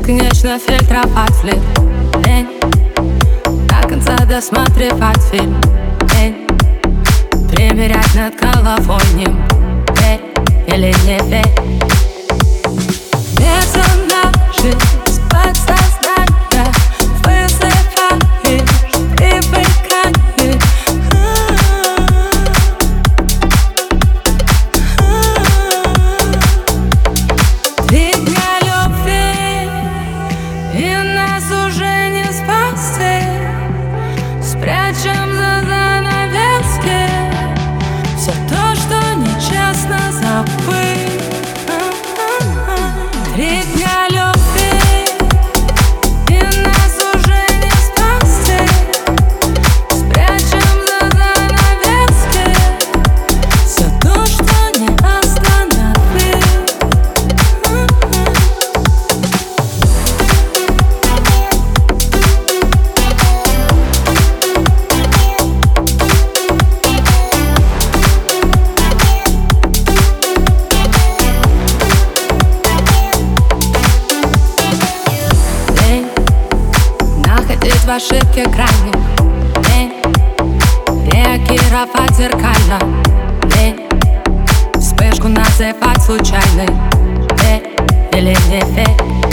Бесконечно фильтровать флирт. Лень до конца досматривать фильм. Лень примерять над головой ним. Верь или не верь. Персонажи из подсознания вызываешь привыкание. Три дня любви, и нас уже не спасти. Спрячем за занавески все то, что нечестно забыть. Три дня любви, и нас уже не спасти. Спрячем за занавески все то, что не остановить. Лень находить в ошибке грани. Лень реагировать зеркально. Лень вспышку называть случайной. Верь или не верь.